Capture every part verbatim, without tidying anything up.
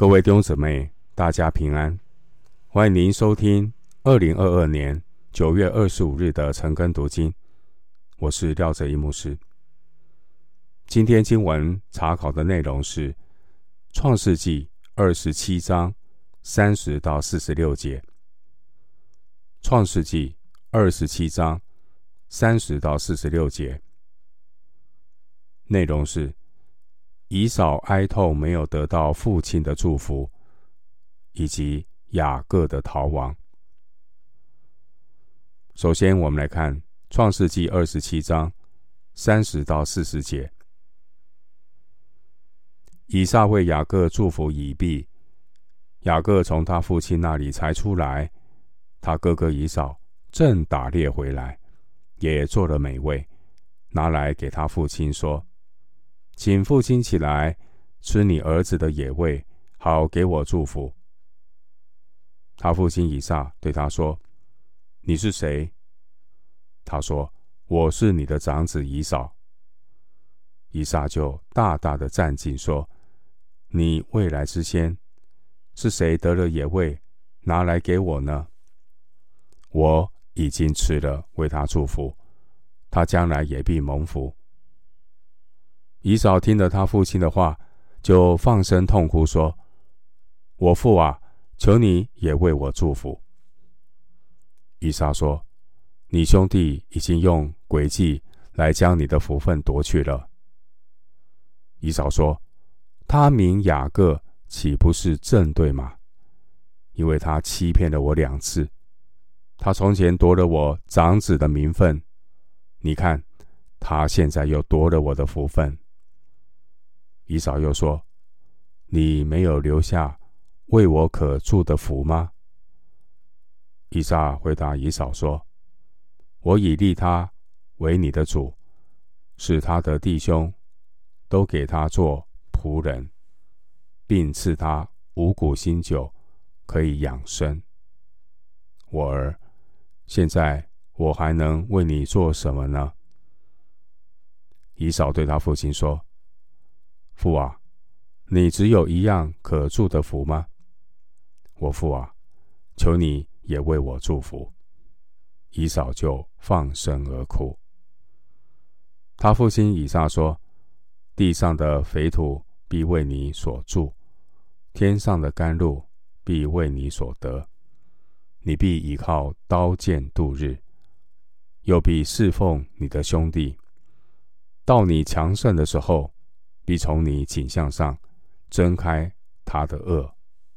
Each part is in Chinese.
各位弟兄姊妹，大家平安，欢迎您收听二零二二年九月二十五日的晨更读经。我是廖哲一牧师。今天经文查考的内容是创世纪二十七章三十到四十六节。创世纪二十七章三十到四十六节，内容是以扫哀痛没有得到父亲的祝福，以及雅各的逃亡。首先我们来看创世纪二十七章三十到四十节。以撒为雅各祝福以毕，雅各从他父亲那里才出来，他哥哥以扫正打猎回来，也做了美味，拿来给他父亲说，请父亲起来吃你儿子的野味，好给我祝福。他父亲以撒对他说，你是谁？他说，我是你的长子以扫。以撒就大大的战兢说，你未来之先，是谁得了野味拿来给我呢？我已经吃了，为他祝福，他将来也必蒙福。以扫听了他父亲的话，就放声痛哭说，我父啊，求你也为我祝福。以撒说，你兄弟已经用诡计来将你的福分夺去了。以扫说，他名雅各岂不是正对吗？因为他欺骗了我两次，他从前夺了我长子的名分，你看他现在又夺了我的福分。以扫又说，你没有留下为我可祝的福吗？以撒回答以扫说，我已立他为你的主，使他的弟兄都给他做仆人，并赐他五谷新酒，可以养生。我儿，现在我还能为你做什么呢？以扫对他父亲说，父啊，你只有一样可祝的福吗？我父啊，求你也为我祝福。以扫就放声而哭。他父亲以撒说，地上的肥土必为你所住，天上的甘露必为你所得，你必依靠刀剑度日，又必侍奉你的兄弟，到你强盛的时候，必从你颈项上挣开他的轭。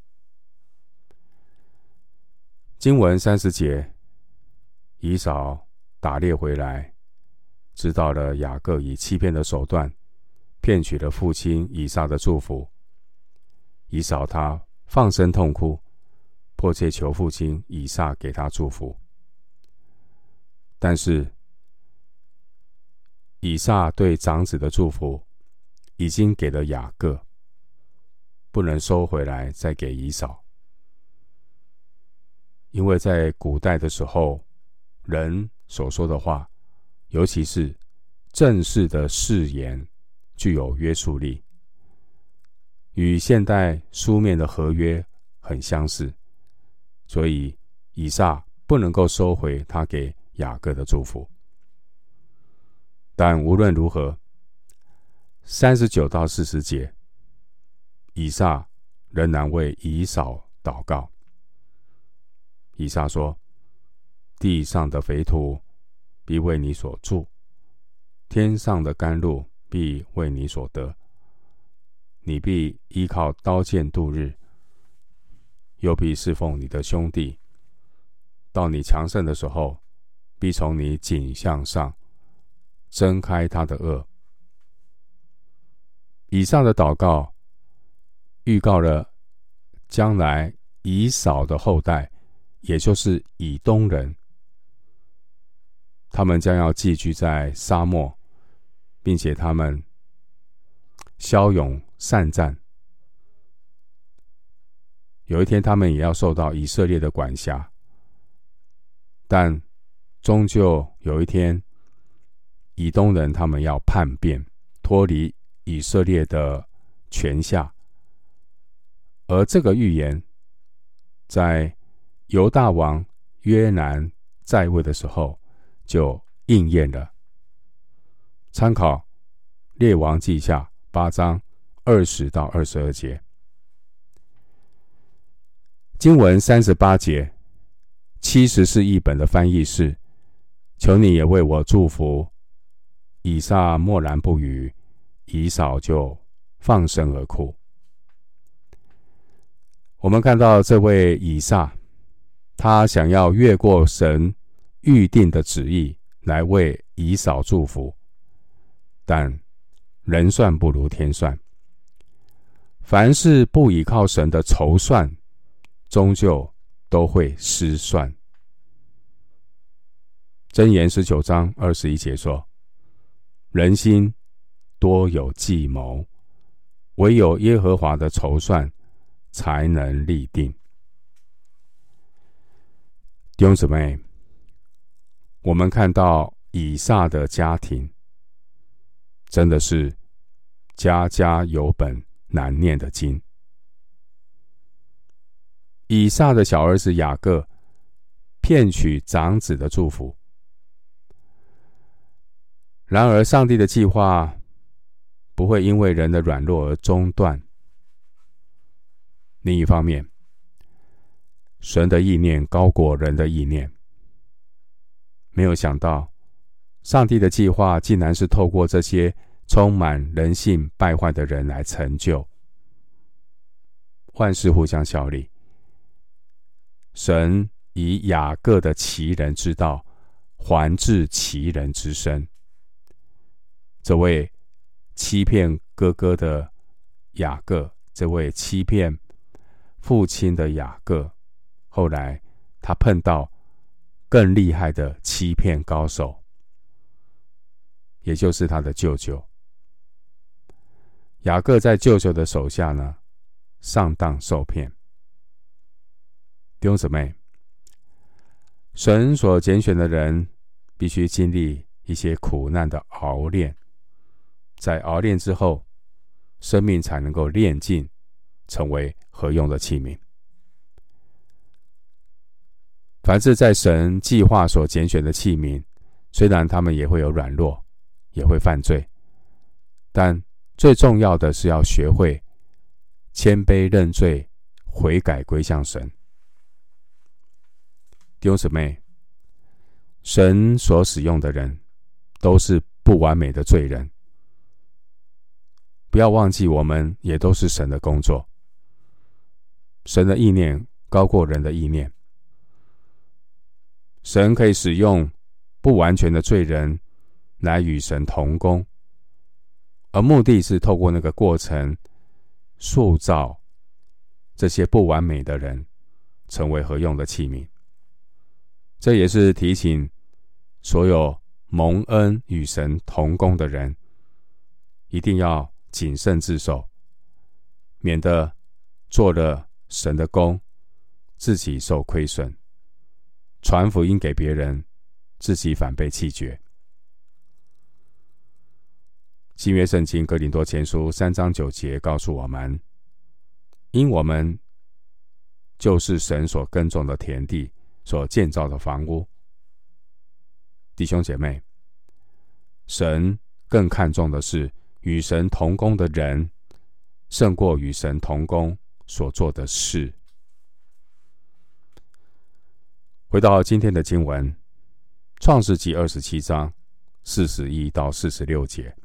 经文三十节，以扫打猎回来，知道了雅各以欺骗的手段骗取了父亲以撒的祝福。以扫他放声痛哭，迫切求父亲以撒给他祝福。但是以撒对长子的祝福已经给了雅各，不能收回来再给以扫。因为在古代的时候，人所说的话，尤其是正式的誓言，具有约束力，与现代书面的合约很相似，所以以撒不能够收回他给雅各的祝福。但无论如何，三十九到四十节，以撒仍然为以扫祷告。以撒说，地上的肥土必为你所住，天上的甘露必为你所得，你必依靠刀剑度日，又必侍奉你的兄弟，到你强盛的时候，必从你颈项上挣开他的轭。以上的祷告预告了将来以扫的后代，也就是以东人，他们将要寄居在沙漠，并且他们骁勇善战，有一天他们也要受到以色列的管辖，但终究有一天，以东人他们要叛变，脱离以色列的权下， 而这个预言在犹大王约南在位的时候就应验了。参考列王记下八章二十到二十二节。经文三十八节，七十士译本的翻译是：求你也为我祝福。以撒默然不语，以扫就放声而哭。我们看到这位以撒，他想要越过神预定的旨意来为以扫祝福，但人算不如天算，凡是不倚靠神的筹算，终究都会失算。箴言十九章二十一节说：人心多有计谋，唯有耶和华的筹算才能立定。弟兄姊妹，我们看到以撒的家庭真的是家家有本难念的经。以撒的小儿子雅各骗取长子的祝福，然而上帝的计划不会因为人的软弱而中断。另一方面，神的意念高过人的意念。没有想到，上帝的计划竟然是透过这些充满人性败坏的人来成就。万事互相效力，神以雅各的奇人之道还治奇人之身。这位欺骗哥哥的雅各，这位欺骗父亲的雅各，后来他碰到更厉害的欺骗高手，也就是他的舅舅。雅各在舅舅的手下呢，上当受骗。弟兄姊妹，神所拣选的人必须经历一些苦难的熬炼，在熬炼之后，生命才能够炼尽，成为合用的器皿。凡是在神计划所拣选的器皿，虽然他们也会有软弱，也会犯罪，但最重要的是要学会谦卑认罪，悔改归向神。弟兄姊妹，神所使用的人都是不完美的罪人，不要忘记我们也都是神的工作。神的意念高过人的意念，神可以使用不完全的罪人来与神同工，而目的是透过那个过程塑造这些不完美的人成为合用的器皿。这也是提醒所有蒙恩与神同工的人，一定要谨慎自守，免得做了神的工，自己受亏损，传福音给别人，自己反被弃绝。新约圣经哥林多前书三章九节告诉我们，因我们就是神所耕种的田地，所建造的房屋。弟兄姐妹，神更看重的是与神同工的人，胜过与神同工所做的事。回到今天的经文，创世纪二十七章四十一到四十六节。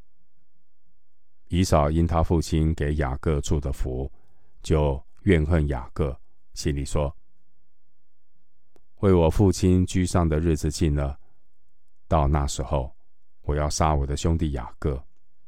以扫因他父亲给雅各祝的福，就怨恨雅各，心里说：为我父亲居上的日子近了，到那时候，我要杀我的兄弟雅各。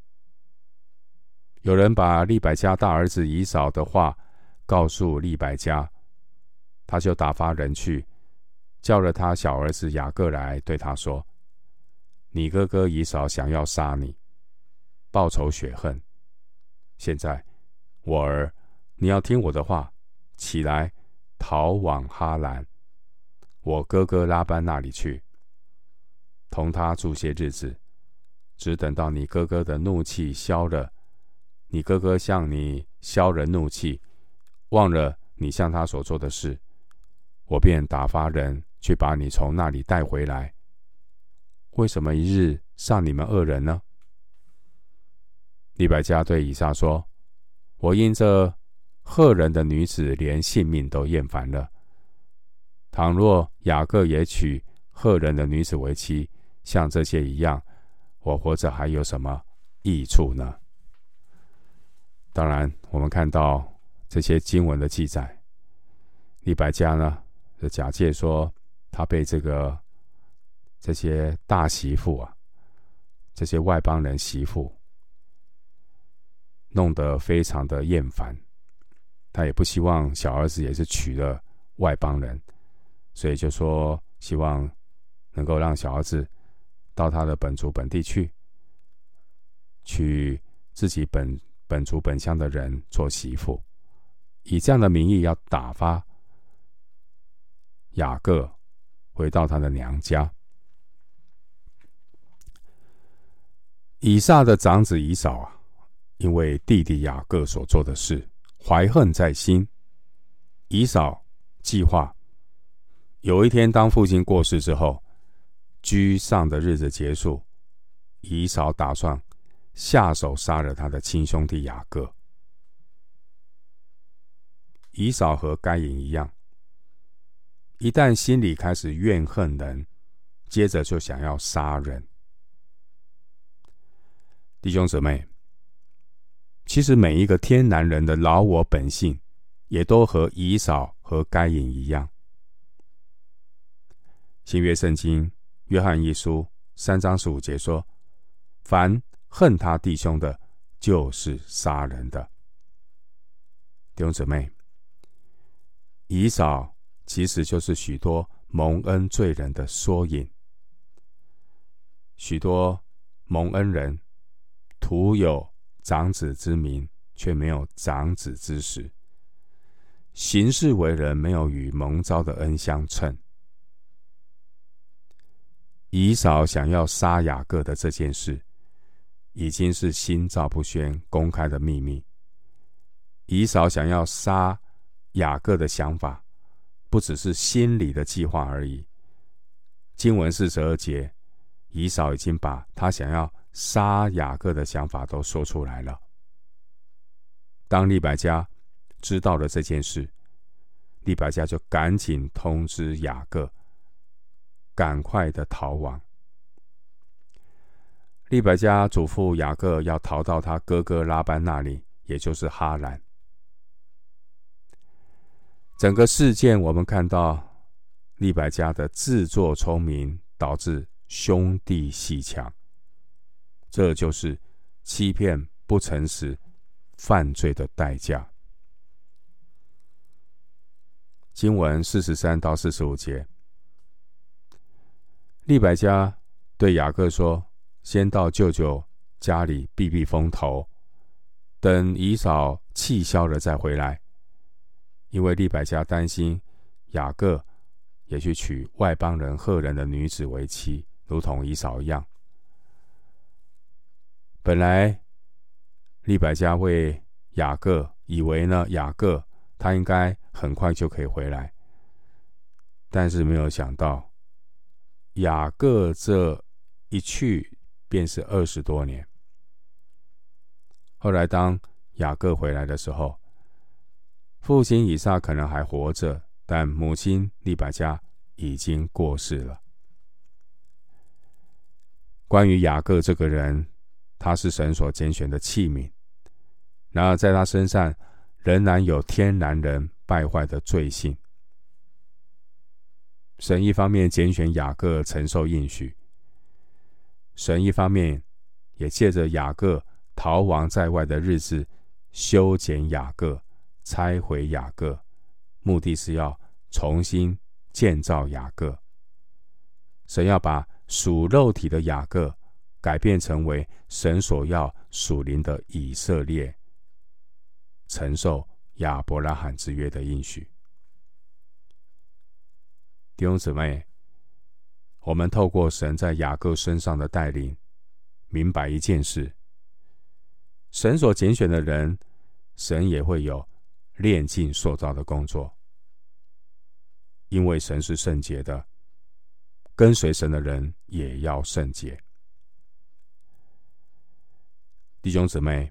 有人把利百加大儿子以扫的话告诉利百加，他就打发人去，叫了他小儿子雅各来，对他说：你哥哥以扫想要杀你，报仇雪恨。现在，我儿，你要听我的话，起来，逃往哈兰，我哥哥拉班那里去，同他住些日子，只等到你哥哥的怒气消了，你哥哥向你消了怒气， 忘了你向他所做的事，我便打发人去把你从那里带回来。为什么一日杀你们二人呢？”利百加对以撒说：“我因这赫人的女子连性命都厌烦了。倘若雅各也娶赫人的女子为妻，像这些一样，我活着还有什么益处呢？”当然，我们看到这些经文的记载，利百加呢，就假借说他被这个这些大媳妇啊，这些外邦人媳妇弄得非常的厌烦，他也不希望小儿子也是娶了外邦人，所以就说希望能够让小儿子到他的本族本地去，娶自己本本族本乡的人做媳妇，以这样的名义要打发雅各回到他的娘家。以撒的长子以扫啊，因为弟弟雅各所做的事怀恨在心，以扫计划有一天当父亲过世之后，居上的日子结束，以扫打算下手杀了他的亲兄弟雅各。以扫和该隐一样，一旦心里开始怨恨人，接着就想要杀人。弟兄姊妹，其实每一个天然人的老我本性，也都和以扫和该隐一样。新约圣经约翰一书三章十五节说：“凡恨他弟兄的，就是杀人的。”弟兄姊妹，以扫其实就是许多蒙恩罪人的缩影。许多蒙恩人徒有长子之名，却没有长子之实，行事为人没有与蒙召的恩相称。以扫想要杀雅各的这件事，已经是心照不宣、公开的秘密。以扫想要杀雅各的想法，不只是心里的计划而已。经文四十二节，以扫已经把他想要杀雅各的想法都说出来了。当利百加知道了这件事，利百加就赶紧通知雅各，赶快的逃亡。利百加嘱咐雅各要逃到他哥哥拉班那里，也就是哈兰。整个事件我们看到利百加的自作聪明导致兄弟阋墙，这就是欺骗、不诚实、犯罪的代价。经文四十三到四十五节，利百加对雅各说：“先到舅舅家里避避风头，等以扫气消了再回来。”因为利百加担心雅各也去娶外邦人赫人的女子为妻，如同以扫一样。本来利百加为雅各以为呢，雅各他应该很快就可以回来，但是没有想到雅各这一去便是二十多年。后来当雅各回来的时候，父亲以撒可能还活着，但母亲利百加已经过世了。关于雅各这个人，他是神所拣选的器皿，然而在他身上仍然有天然人败坏的罪性。神一方面拣选雅各承受应许，神一方面也借着雅各逃亡在外的日子修剪雅各，拆毁雅各，目的是要重新建造雅各。神要把属肉体的雅各改变成为神所要属灵的以色列，承受亚伯拉罕之约的应许。弟兄姊妹，我们透过神在雅各身上的带领，明白一件事：神所拣选的人，神也会有炼净塑造的工作。因为神是圣洁的，跟随神的人也要圣洁。弟兄姊妹，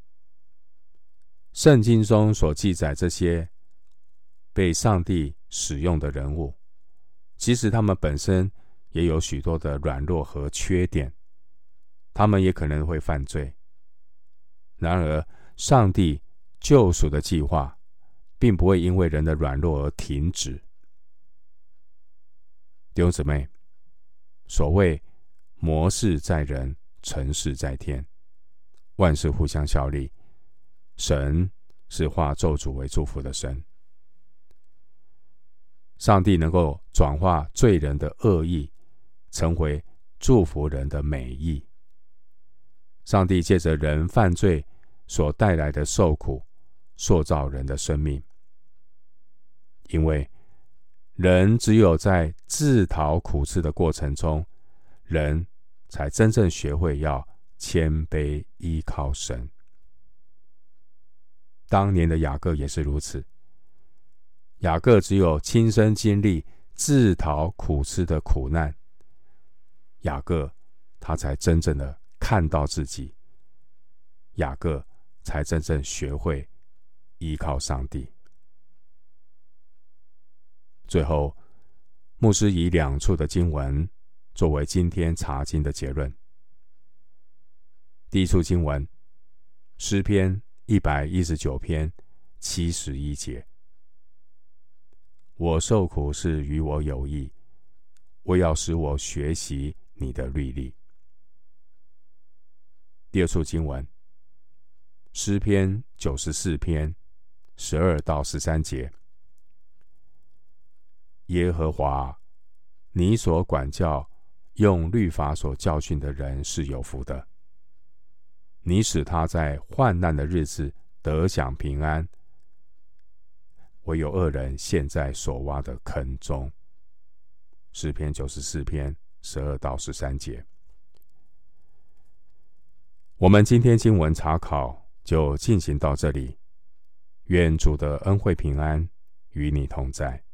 圣经中所记载这些被上帝使用的人物，其实他们本身也有许多的软弱和缺点，他们也可能会犯罪。然而，上帝救赎的计划并不会因为人的软弱而停止。弟兄姊妹，所谓谋事在人，成事在天，万事互相效力，神是化咒诅为祝福的神。上帝能够转化罪人的恶意，成为祝福人的美意。上帝借着人犯罪所带来的受苦，塑造人的生命。因为人只有在自讨苦吃的过程中，人才真正学会要谦卑依靠神。当年的雅各也是如此，雅各只有亲身经历自讨苦吃的苦难，雅各他才真正的看到自己，雅各才真正学会依靠上帝。最后，牧师以两处的经文作为今天查经的结论。第一处经文，诗篇一百一十九篇七十一节：我受苦是与我有益，我要使我学习你的律例。第二处经文，诗篇九十四篇十二到十三节：耶和华，你所管教、用律法所教训的人是有福的。你使他在患难的日子得享平安，唯有恶人陷在所挖的坑中。诗篇九十四篇十二到十三节。我们今天经文查考就进行到这里，愿主的恩惠平安与你同在。